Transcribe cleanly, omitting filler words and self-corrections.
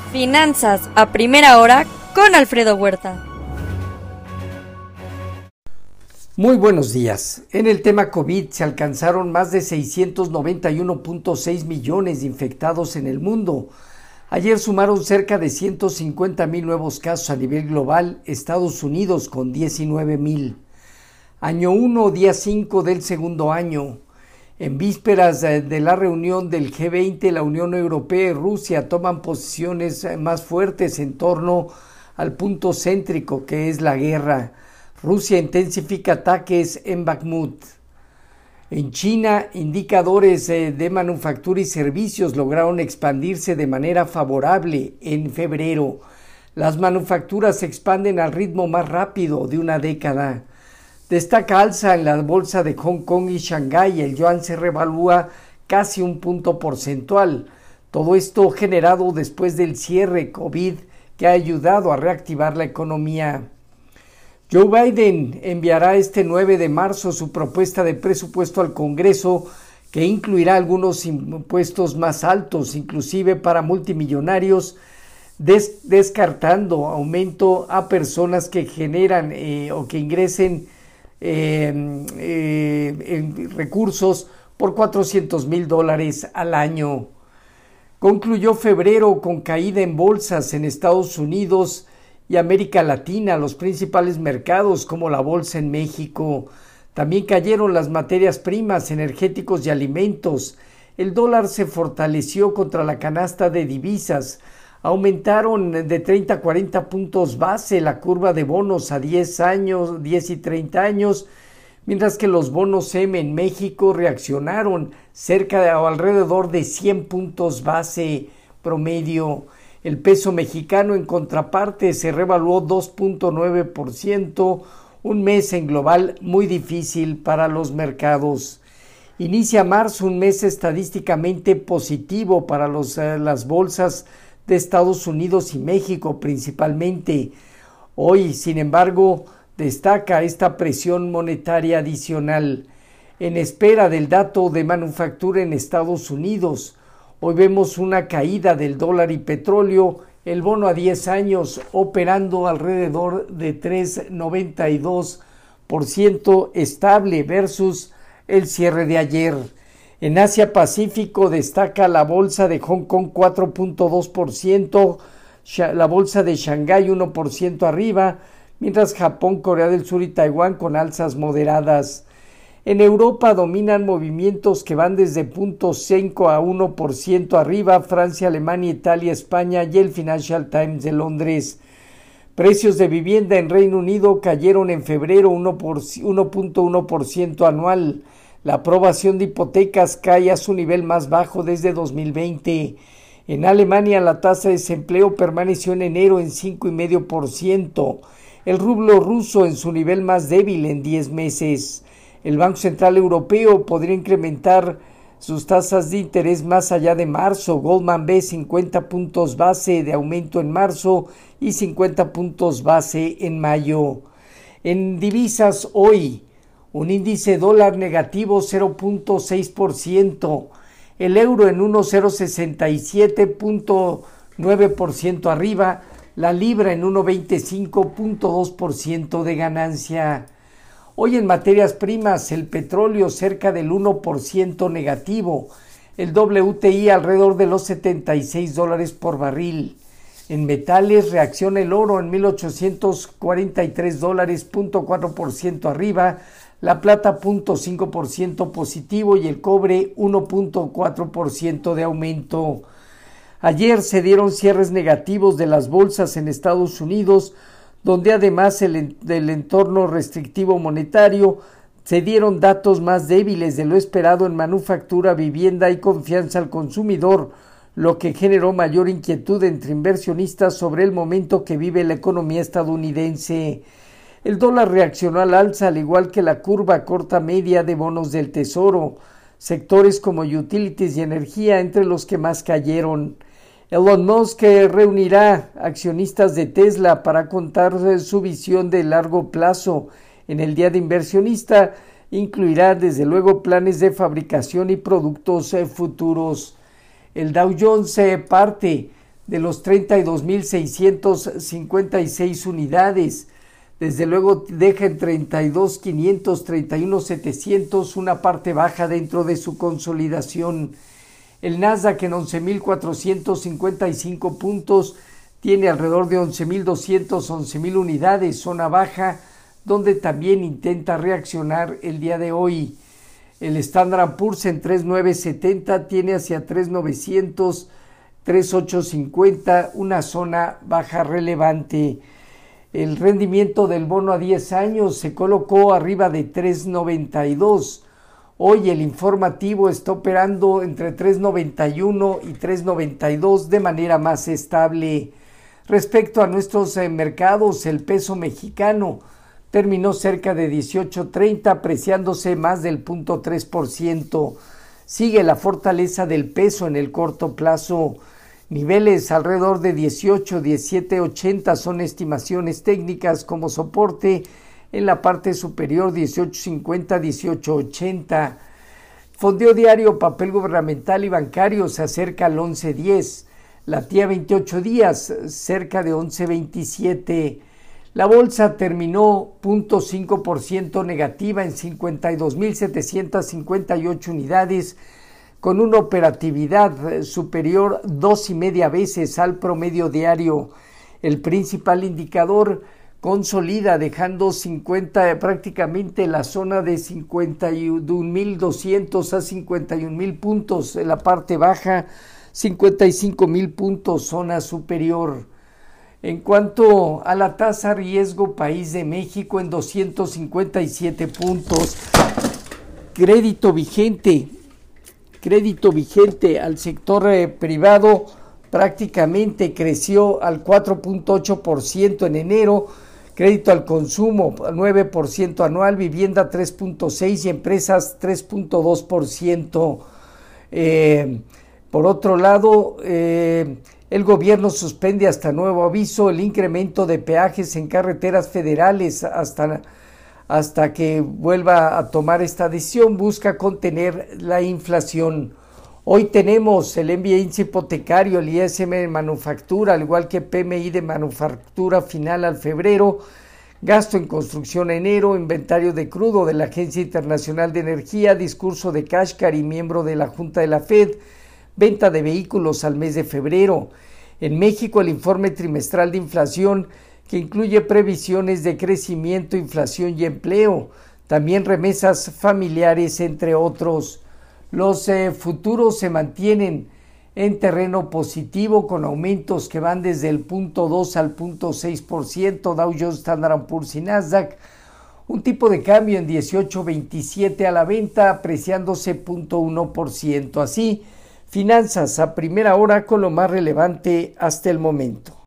Finanzas a primera hora con Alfredo Huerta. Muy buenos días. En el tema COVID se alcanzaron más de 691.6 millones de infectados en el mundo. Ayer sumaron cerca de 150,000 nuevos casos a nivel global, Estados Unidos con 19,000. Año 1, día 5 del segundo año. En vísperas de la reunión del G20, la Unión Europea y Rusia toman posiciones más fuertes en torno al punto céntrico que es la guerra. Rusia intensifica ataques en Bakhmut. En China, indicadores de manufactura y servicios lograron expandirse de manera favorable en febrero. Las manufacturas se expanden al ritmo más rápido de una década. Destaca alza en la bolsa de Hong Kong y Shanghái. El yuan se revalúa casi un punto porcentual. Todo esto generado después del cierre COVID que ha ayudado a reactivar la economía. Joe Biden enviará este 9 de marzo su propuesta de presupuesto al Congreso que incluirá algunos impuestos más altos, inclusive para multimillonarios, descartando aumento a personas que generan o que ingresen en recursos por $400,000 al año. Concluyó febrero con caída en bolsas en Estados Unidos y América Latina, los principales mercados como la bolsa en México. También cayeron las materias primas, energéticos y alimentos. El dólar se fortaleció contra la canasta de divisas. Aumentaron de 30 a 40 puntos base la curva de bonos a 10 y 30 años, mientras que los bonos M en México reaccionaron cerca de o alrededor de 100 puntos base promedio. El peso mexicano en contraparte se revaluó 2.9%, un mes en global muy difícil para los mercados. Inicia marzo un mes estadísticamente positivo para las bolsas de Estados Unidos y México principalmente. Hoy, sin embargo, destaca esta presión monetaria adicional. En espera del dato de manufactura en Estados Unidos, hoy vemos una caída del dólar y petróleo, el bono a 10 años operando alrededor de 3.92% estable versus el cierre de ayer. En Asia Pacífico destaca la bolsa de Hong Kong 4.2%, la bolsa de Shanghái 1% arriba, mientras Japón, Corea del Sur y Taiwán con alzas moderadas. En Europa dominan movimientos que van desde 0.5 a 1% arriba, Francia, Alemania, Italia, España y el Financial Times de Londres. Precios de vivienda en Reino Unido cayeron en febrero 1.1% anual. La aprobación de hipotecas cae a su nivel más bajo desde 2020. En Alemania la tasa de desempleo permaneció en enero en 5,5%. El rublo ruso en su nivel más débil en 10 meses. El Banco Central Europeo podría incrementar sus tasas de interés más allá de marzo. Goldman ve 50 puntos base de aumento en marzo y 50 puntos base en mayo. En divisas hoy, un índice dólar negativo 0.6%, el euro en 1.067.9% arriba, la libra en 1.25.2% de ganancia. Hoy en materias primas, el petróleo cerca del 1% negativo, el WTI alrededor de los $76 por barril. En metales reacciona el oro en $1,843, 0.4% arriba, la plata 0.5% positivo y el cobre 1.4% de aumento. Ayer se dieron cierres negativos de las bolsas en Estados Unidos, donde además del entorno restrictivo monetario, se dieron datos más débiles de lo esperado en manufactura, vivienda y confianza al consumidor, lo que generó mayor inquietud entre inversionistas sobre el momento que vive la economía estadounidense. El dólar reaccionó al alza, al igual que la curva corta media de bonos del Tesoro, sectores como utilities y energía entre los que más cayeron. Elon Musk reunirá accionistas de Tesla para contar su visión de largo plazo. En el Día de Inversionista incluirá desde luego planes de fabricación y productos futuros. El Dow Jones parte de los 32.656 unidades. Desde luego deja en 32.500, 31.700 una parte baja dentro de su consolidación. El Nasdaq en 11.455 puntos tiene alrededor de 11.200, 11.000 unidades, zona baja, donde también intenta reaccionar el día de hoy. El Standard & Poor's en 3.970 tiene hacia 3.900, 3.850, una zona baja relevante. El rendimiento del bono a 10 años se colocó arriba de 3.92. Hoy el informativo está operando entre 3.91 y 3.92 de manera más estable. Respecto a nuestros mercados, el peso mexicano terminó cerca de 18.30, apreciándose más del 0.3%. Sigue la fortaleza del peso en el corto plazo. Niveles alrededor de 18, 17.80 son estimaciones técnicas como soporte. En la parte superior 18.50, 18.80. Fondeo diario, papel gubernamental y bancario se acerca al 11.10. La TIA 28 días cerca de 11.27. La bolsa terminó 0.5% negativa en 52.758 unidades, con una operatividad superior 2.5 veces al promedio diario. El principal indicador consolida dejando prácticamente la zona de 51.200 a 51.000 puntos, en la parte baja 55.000 puntos, zona superior. En cuanto a la tasa riesgo país de México en 257 puntos. Crédito vigente al sector privado prácticamente creció al 4.8% en enero, crédito al consumo 9% anual, vivienda 3.6% y empresas 3.2%. Por otro lado, el gobierno suspende hasta nuevo aviso el incremento de peajes en carreteras federales hasta que vuelva a tomar esta decisión. Busca contener la inflación. Hoy tenemos el MBA índice hipotecario, el ISM de manufactura, al igual que PMI de manufactura final al febrero, gasto en construcción a enero, inventario de crudo de la Agencia Internacional de Energía, discurso de Kashkari, miembro de la Junta de la Fed, venta de vehículos al mes de febrero. En México, el informe trimestral de inflación, que incluye previsiones de crecimiento, inflación y empleo, también remesas familiares, entre otros. Los futuros se mantienen en terreno positivo con aumentos que van desde el 0.2 al 0.6%, Dow Jones, Standard & Poor's y Nasdaq. Un tipo de cambio en 18.27 a la venta, apreciándose 0.1%. Así, finanzas a primera hora con lo más relevante hasta el momento.